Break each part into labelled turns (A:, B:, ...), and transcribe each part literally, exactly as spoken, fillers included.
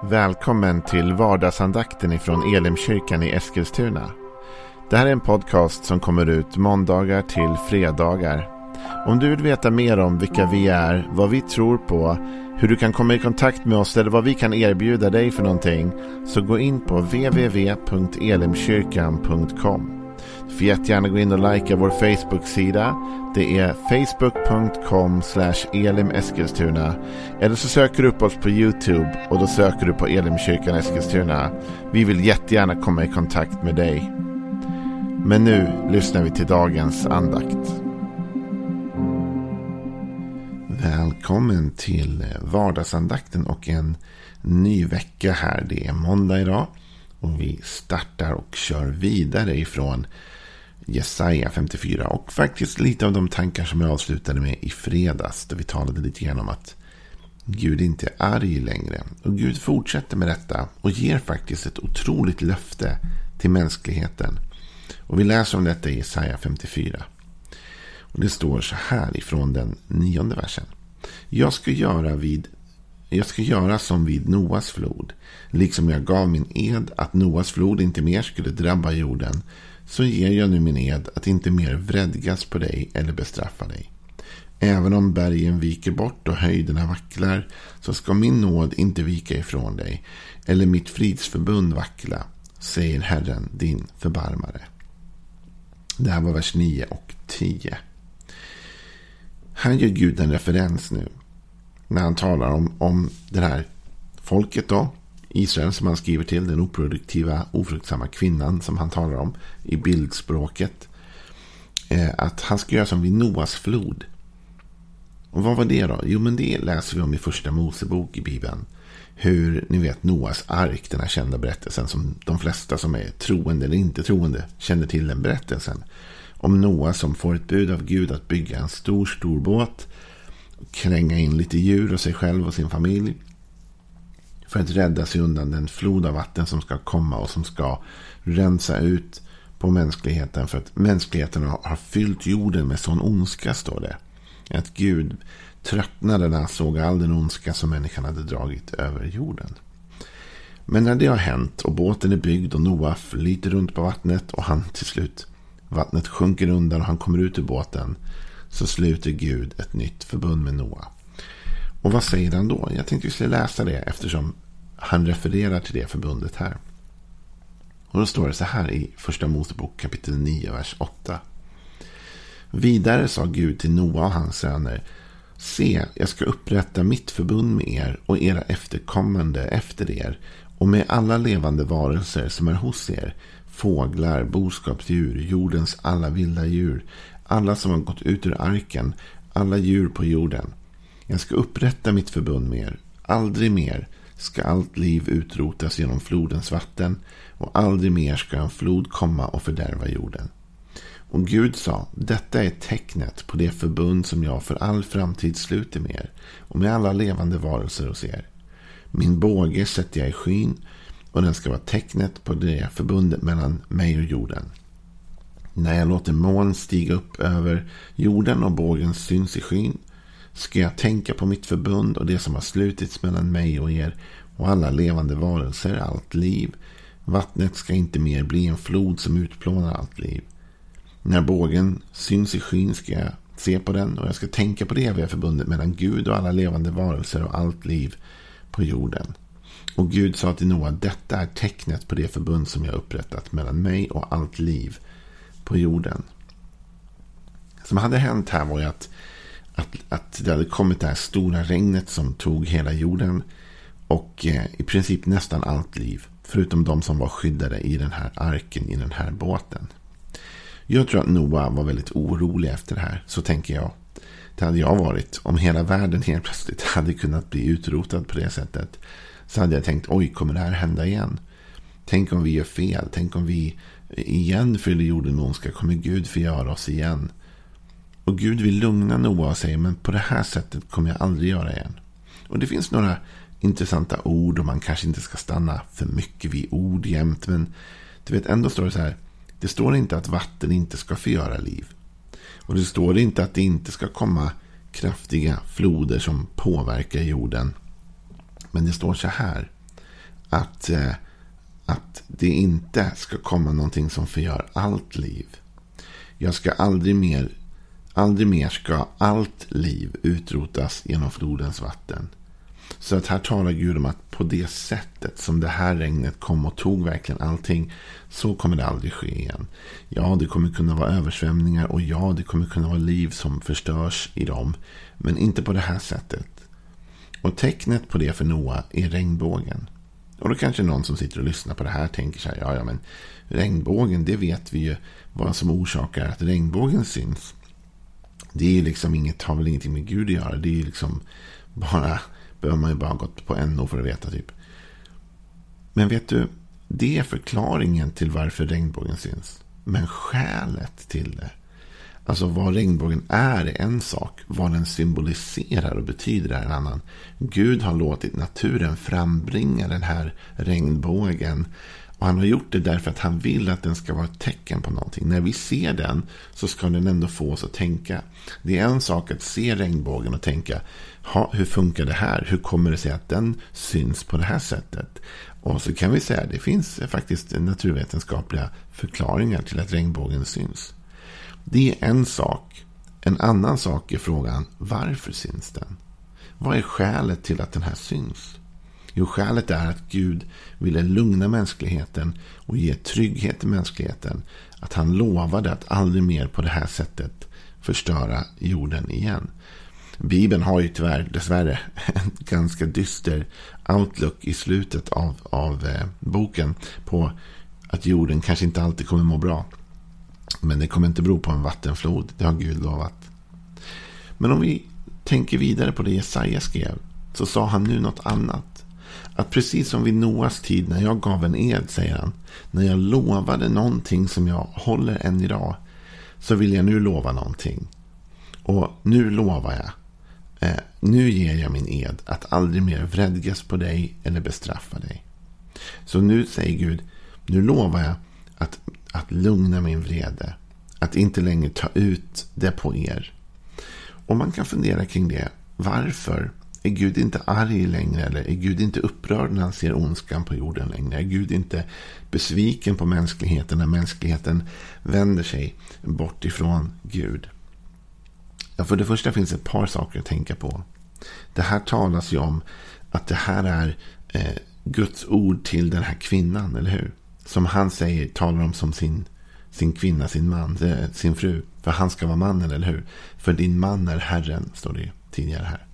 A: Välkommen till vardagsandakten ifrån Elimkyrkan i Eskilstuna. Det här är en podcast som kommer ut måndagar till fredagar. Om du vill veta mer om vilka vi är, vad vi tror på, hur du kan komma i kontakt med oss eller vad vi kan erbjuda dig för någonting, så gå in på w w w punkt elimkyrkan punkt com. Du får jättegärna gå in och likea vår Facebook-sida. Det är facebook punkt com slash elimeskilstuna. Eller så söker du upp oss på YouTube och då söker du på Elimkyrkan Eskilstuna. Vi vill jättegärna komma i kontakt med dig. Men nu lyssnar vi till dagens andakt. Välkommen till vardagsandakten och en ny vecka här. Det är måndag idag och vi startar och kör vidare ifrån Jesaja femtiofyra och faktiskt lite av de tankar som jag avslutade med i fredags, där vi talade lite grann om att Gud inte är arg längre. Och Gud fortsätter med detta och ger faktiskt ett otroligt löfte till mänskligheten. Och vi läser om detta i Jesaja femtiofyra. Och det står så här ifrån den nionde versen. Jag ska göra vid Jag ska göra som vid Noas flod. Liksom jag gav min ed att Noas flod inte mer skulle drabba jorden, så ger jag nu min ed att inte mer vredgas på dig eller bestraffa dig. Även om bergen viker bort och höjderna vacklar, så ska min nåd inte vika ifrån dig, eller mitt fridsförbund vackla, säger Herren din förbarmare. Det här var vers nio och tio. Här gör Gud en referens nu när han talar om, om det här folket då, Israel, som han skriver till, den oproduktiva, ofruktsamma kvinnan som han talar om i bildspråket. Eh, att han ska göra som vid Noas flod. Och vad var det då? Jo, men det läser vi om i första Mosebok i Bibeln. Hur, ni vet, Noas ark, den här kända berättelsen som de flesta som är troende eller inte troende känner till, den berättelsen. Om Noa som får ett bud av Gud att bygga en stor, stor båt och kränga in lite djur och sig själv och sin familj för att rädda sig undan den flod av vatten som ska komma och som ska rensa ut på mänskligheten, för att mänskligheten har fyllt jorden med sån ondska, står det. Att Gud tröttnade när han såg all den ondska som människan hade dragit över jorden. Men när det har hänt och båten är byggd och Noa flyter runt på vattnet och han till slut, vattnet sjunker undan och han kommer ut ur båten, så sluter Gud ett nytt förbund med Noa. Och vad säger han då? Jag tänkte vi skulle läsa det eftersom han refererar till det förbundet här. Och då står det så här i första Mosebok kapitel nio, vers åtta. Vidare sa Gud till Noa och hans söner: se, jag ska upprätta mitt förbund med er och era efterkommande efter er och med alla levande varelser som är hos er, fåglar, boskapsdjur, jordens alla vilda djur, alla som har gått ut ur arken, alla djur på jorden. Jag ska upprätta mitt förbund med er. Aldrig mer ska allt liv utrotas genom flodens vatten, och aldrig mer ska en flod komma och fördärva jorden. Och Gud sa: detta är tecknet på det förbund som jag för all framtid sluter med er och med alla levande varelser hos er. Min båge sätter jag i skyn, och den ska vara tecknet på det förbundet mellan mig och jorden. När jag låter moln stiga upp över jorden och bågen syns i skyn, ska jag tänka på mitt förbund och det som har slutits mellan mig och er och alla levande varelser, allt liv. Vattnet ska inte mer bli en flod som utplånar allt liv. När bågen syns i skyn ska jag se på den, och jag ska tänka på det eviga förbundet mellan Gud och alla levande varelser och allt liv på jorden. Och Gud sa till Noa: detta är tecknet på det förbund som jag upprättat mellan mig och allt liv på jorden. Som hade hänt här var ju att, att, att det hade kommit det här stora regnet som tog hela jorden och eh, i princip nästan allt liv, förutom de som var skyddade i den här arken, i den här båten. Jag tror att Noa var väldigt orolig efter det här, så tänker jag. Det hade jag varit om hela världen helt plötsligt hade kunnat bli utrotad på det sättet. Så hade jag tänkt: oj, kommer det här hända igen? Tänk om vi gör fel, tänk om vi igen fyller jorden med ondska, kommer Gud förgöra oss igen? Och Gud vill lugna Noa och säga: men på det här sättet kommer jag aldrig göra igen. Och det finns några intressanta ord, och man kanske inte ska stanna för mycket vid ord jämt, men du vet, ändå står det så här: det står inte att vatten inte ska förgöra liv. Och det står inte att det inte ska komma kraftiga floder som påverkar jorden. Men det står så här: att, eh, att det inte ska komma någonting som förgör allt liv. Jag ska aldrig mer, aldrig mer ska allt liv utrotas genom flodens vatten. Så att här talar Gud om att på det sättet som det här regnet kom och tog verkligen allting, så kommer det aldrig ske igen. Ja, det kommer kunna vara översvämningar och ja, det kommer kunna vara liv som förstörs i dem, men inte på det här sättet. Och tecknet på det för Noa är regnbågen. Och då kanske någon som sitter och lyssnar på det här tänker så här, ja, ja men regnbågen, det vet vi ju vad som orsakar att regnbågen syns. Det är ju liksom inget, har väl ingenting med Gud att göra, det är ju liksom bara, behöver man ju bara gått på N O för att veta typ. Men vet du, det är förklaringen till varför regnbågen syns. Men skälet till det, alltså vad regnbågen är, är en sak. Vad den symboliserar och betyder är en annan. Gud har låtit naturen frambringa den här regnbågen. Och han har gjort det därför att han vill att den ska vara ett tecken på någonting. När vi ser den så ska den ändå få oss att tänka. Det är en sak att se regnbågen och tänka, ha, hur funkar det här? Hur kommer det sig att den syns på det här sättet? Och så kan vi säga att det finns faktiskt naturvetenskapliga förklaringar till att regnbågen syns. Det är en sak. En annan sak är frågan, varför syns den? Vad är skälet till att den här syns? Jo, skälet är att Gud ville lugna mänskligheten och ge trygghet till mänskligheten. Att han lovade att aldrig mer på det här sättet förstöra jorden igen. Bibeln har ju tyvärr dessvärre en ganska dyster outlook i slutet av, av eh, boken på att jorden kanske inte alltid kommer må bra. Men det kommer inte bero på en vattenflod, det har Gud lovat. Men om vi tänker vidare på det Jesaja skrev, så sa han nu något annat. Att precis som vid Noas tid när jag gav en ed, säger han, när jag lovade någonting som jag håller än idag, så vill jag nu lova någonting. Och nu lovar jag, eh, nu ger jag min ed att aldrig mer vredgas på dig eller bestraffa dig. Så nu säger Gud, nu lovar jag att, att lugna min vrede, att inte längre ta ut det på er. Och man kan fundera kring det. Varför är Gud inte arg längre, eller är Gud inte upprörd när han ser ondskan på jorden längre? Är Gud inte besviken på mänskligheten när mänskligheten vänder sig bort ifrån Gud? Ja, för det första finns ett par saker att tänka på. Det här talas ju om att det här är eh, Guds ord till den här kvinnan, eller hur? Som han säger, talar om som sin, sin kvinna, sin man, sin fru. För han ska vara mannen, eller hur? För din man är Herren, står det tidigare här.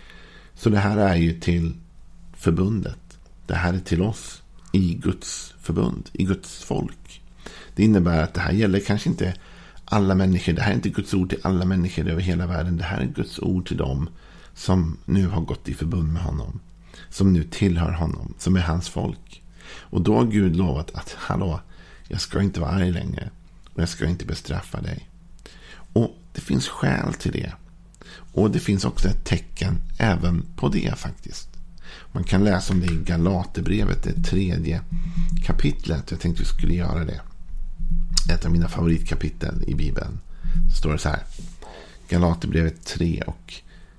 A: Så det här är ju till förbundet. Det här är till oss i Guds förbund, i Guds folk. Det innebär att det här gäller kanske inte alla människor. Det här är inte Guds ord till alla människor över hela världen. Det här är Guds ord till dem som nu har gått i förbund med honom. Som nu tillhör honom, som är hans folk. Och då har Gud lovat att, hallå, jag ska inte vara arg längre. Och jag ska inte bestraffa dig. Och det finns skäl till det. Och det finns också ett tecken även på det faktiskt. Man kan läsa om det i Galaterbrevet, det tredje kapitlet. Jag tänkte att vi skulle göra det. Ett av mina favoritkapitel i Bibeln. Står det så här. Galaterbrevet tre och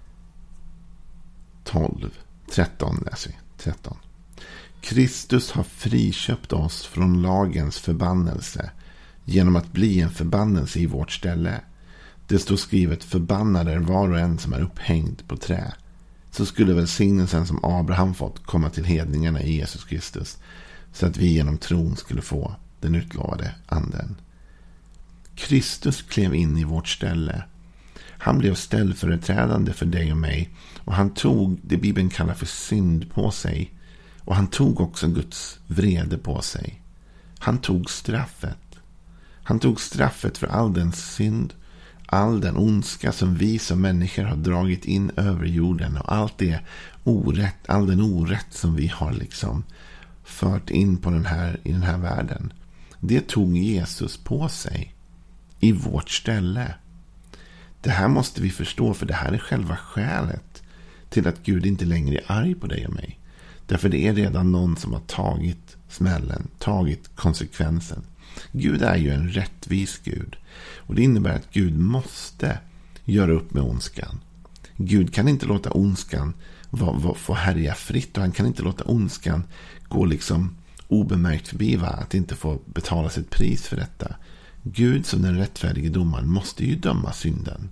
A: tolv. tretton läser vi. tretton. Kristus har friköpt oss från lagens förbannelse genom att bli en förbannelse i vårt ställe. Det står skrivet, förbannad är var och en som är upphängd på trä. Så skulle välsignelsen som Abraham fått komma till hedningarna i Jesus Kristus, så att vi genom tron skulle få den utlovade anden. Kristus klev in i vårt ställe. Han blev ställföreträdande för dig och mig, och han tog det Bibeln kallar för synd på sig. Och han tog också Guds vrede på sig. Han tog straffet. Han tog straffet för all den synd, all den ondska som vi som människor har dragit in över jorden, och allt det orätt, all den orätt som vi har liksom fört in på den här, i den här världen. Det tog Jesus på sig i vårt ställe. Det här måste vi förstå, för det här är själva skälet till att Gud inte längre är arg på dig och mig. Därför det är redan någon som har tagit smällen, tagit konsekvensen. Gud är ju en rättvis Gud. Och det innebär att Gud måste göra upp med ondskan. Gud kan inte låta ondskan få härja fritt, och han kan inte låta ondskan gå liksom obemärkt förbi, va? Att inte få betala sitt pris för detta. Gud som den rättfärdige domaren måste ju döma synden.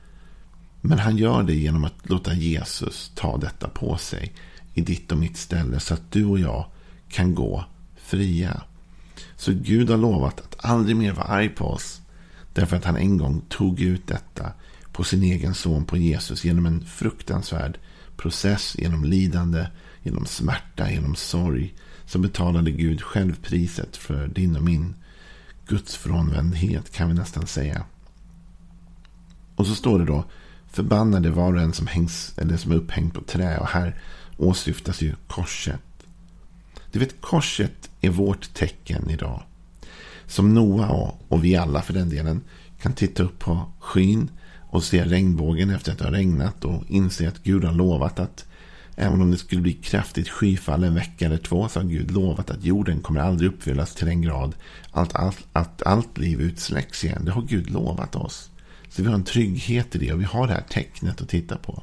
A: Men han gör det genom att låta Jesus ta detta på sig i ditt och mitt ställe, så att du och jag kan gå fria. Så Gud har lovat att aldrig mer vara arg på oss, därför att han en gång tog ut detta på sin egen son, på Jesus, genom en fruktansvärd process, genom lidande, genom smärta, genom sorg. Så betalade Gud själv priset för din och min Guds frånvändhet, kan vi nästan säga. Och så står det då: förbannade var och en som hängs, eller som är upphängd på trä. Och här åsyftas ju korset. Du vet, korset är vårt tecken idag. Som Noa och, och vi alla för den delen kan titta upp på skyn och se regnbågen efter att det har regnat, och inse att Gud har lovat att även om det skulle bli kraftigt skyfall en vecka eller två, så har Gud lovat att jorden kommer aldrig uppfyllas till en grad att allt, att allt liv utsläcks igen. Det har Gud lovat oss. Så vi har en trygghet i det, och vi har det här tecknet att titta på.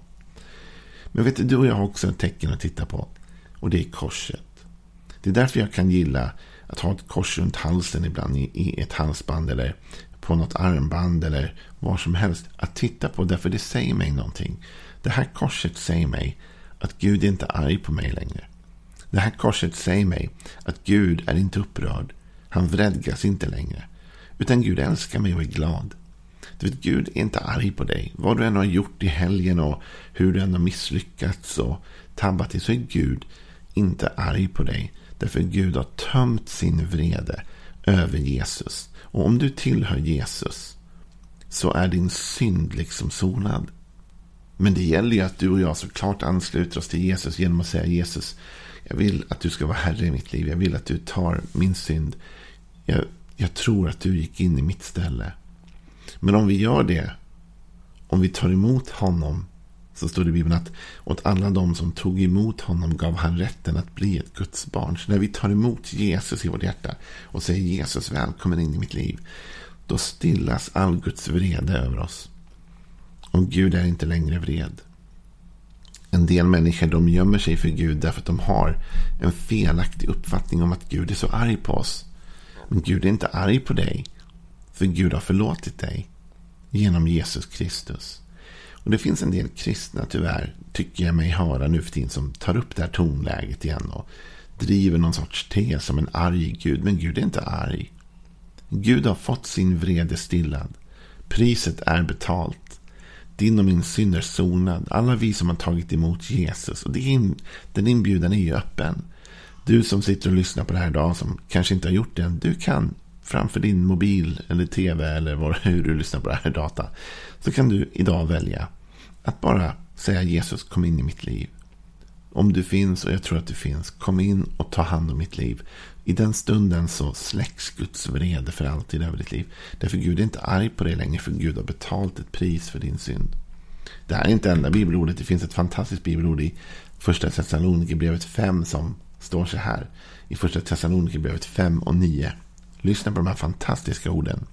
A: Men vet du, du och jag har också ett tecken att titta på, och det är korset. Det är därför jag kan gilla att ha ett kors runt halsen ibland i, i ett halsband eller på något armband eller var som helst. Att titta på, därför det säger mig någonting. Det här korset säger mig att Gud är inte arg på mig längre. Det här korset säger mig att Gud är inte upprörd. Han vredgas inte längre. Utan Gud älskar mig och är glad. Du vet, Gud är inte arg på dig. Vad du än har gjort i helgen och hur du än har misslyckats och tabbat i, så är Gud inte arg på dig. Därför Gud har tömt sin vrede över Jesus. Och om du tillhör Jesus så är din synd liksom sonad. Men det gäller ju att du och jag såklart ansluter oss till Jesus genom att säga: Jesus, jag vill att du ska vara herre i mitt liv. Jag vill att du tar min synd. Jag, jag tror att du gick in i mitt ställe. Men om vi gör det, om vi tar emot honom, så står det i Bibeln att åt alla de som tog emot honom gav han rätten att bli ett Guds barn. Så när vi tar emot Jesus i vårt hjärta och säger: Jesus, välkommen in i mitt liv, då stillas all Guds vrede över oss. Och Gud är inte längre vred. En del människor, de gömmer sig för Gud därför att de har en felaktig uppfattning om att Gud är så arg på oss. Men Gud är inte arg på dig, för Gud har förlåtit dig genom Jesus Kristus. Och det finns en del kristna, tyvärr, tycker jag mig höra nu för tiden, som tar upp det här tonläget igen och driver någon sorts tes som en arg Gud. Men Gud är inte arg. Gud har fått sin vrede stillad. Priset är betalt. Din och min synd är sonad. Alla vi som har tagit emot Jesus. Och det är in, den inbjudan är ju öppen. Du som sitter och lyssnar på det här idag, som kanske inte har gjort det än, du kan framför din mobil eller tv eller var, hur du lyssnar på det här data, så kan du idag välja att bara säga: Jesus, kom in i mitt liv. Om du finns, och jag tror att du finns, kom in och ta hand om mitt liv. I den stunden så släcks Guds vrede för alltid över ditt liv. Därför Gud är inte arg på dig längre, för Gud har betalt ett pris för din synd. Det här är inte enda bibelordet. Det finns ett fantastiskt bibelord i första Thessalonikerbrevet fem som står så här. I första Thessalonikerbrevet fem och nio. Lyssna på de här fantastiska orden.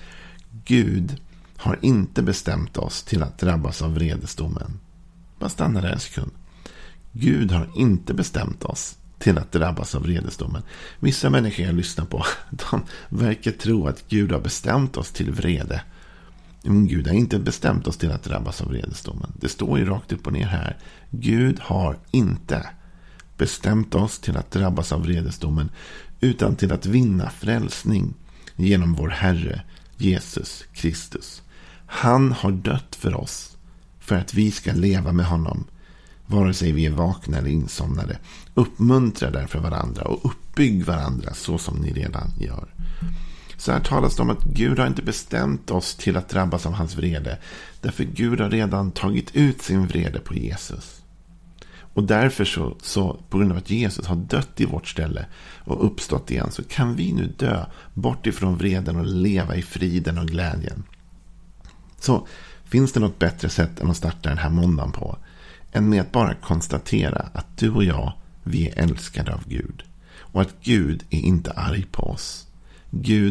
A: Gud har inte bestämt oss till att drabbas av vredesdomen. Bara stanna där en sekund. Gud har inte bestämt oss till att drabbas av vredesdomen. Vissa människor jag lyssnar på, de verkar tro att Gud har bestämt oss till vrede. Men Gud har inte bestämt oss till att drabbas av vredesdomen. Det står ju rakt upp och ner här. Gud har inte bestämt oss till att drabbas av vredesdomen, utan till att vinna frälsning genom vår Herre Jesus Kristus. Han har dött för oss för att vi ska leva med honom, vare sig vi är vakna eller insomnade. Uppmuntra därför varandra och uppbygg varandra så som ni redan gör. Så här talas det om att Gud har inte bestämt oss till att drabbas av hans vrede, därför Gud har redan tagit ut sin vrede på Jesus. Och därför så, så på grund av att Jesus har dött i vårt ställe och uppstått igen, så kan vi nu dö bort ifrån vreden och leva i friden och glädjen. Så finns det något bättre sätt än att starta den här måndagen på, än med att bara konstatera att du och jag, vi är älskade av Gud. Och att Gud är inte arg på oss. Gud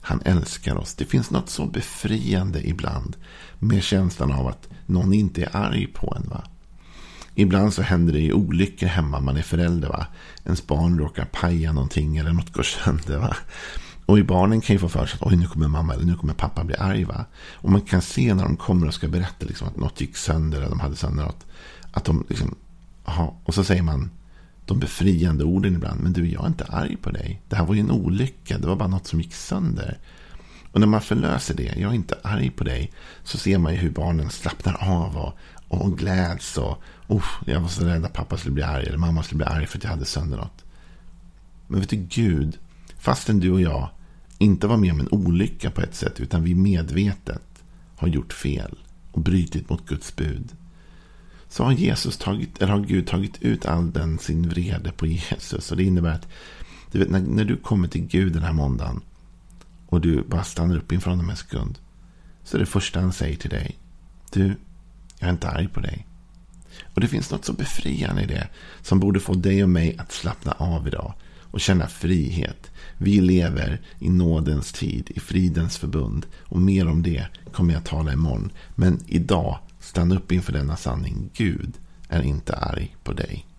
A: Han älskar oss. Det finns något så befriande ibland med känslan av att någon inte är arg på en, va? Ibland så händer det ju olyckor hemma, man är förälder, va? Ens barn råkar paja någonting eller något går sönder, va? Och i barnen kan ju få för sig att oj, nu kommer mamma eller nu kommer pappa bli arg, va? Och man kan se när de kommer och ska berätta liksom, att något gick sönder eller de hade sönder något. Att de liksom, aha, och så säger man de befriande orden ibland. Men du, jag är inte arg på dig. Det här var ju en olycka. Det var bara något som gick sönder. Och när man förlöser det, jag är inte arg på dig, så ser man ju hur barnen slappnar av och, och gläds. Och oh, jag var så rädd att pappa skulle bli arg eller mamma skulle bli arg för att jag hade sönder något. Men vet du, Gud, fastän du och jag inte var med om en olycka på ett sätt, utan vi medvetet har gjort fel och brytit mot Guds bud, så har Jesus tagit, eller har Gud tagit ut all den sin vrede på Jesus. Och det innebär att du vet, när, när du kommer till Gud den här måndagen och du bara stannar upp inför honom en sekund, så är det första han säger till dig: du, jag är inte arg på dig. Och det finns något så befriande i det som borde få dig och mig att slappna av idag och känna frihet. Vi lever i nådens tid, i fridens förbund, och mer om det kommer jag tala imorgon. Men idag, stanna upp inför denna sanning: Gud är inte arg på dig.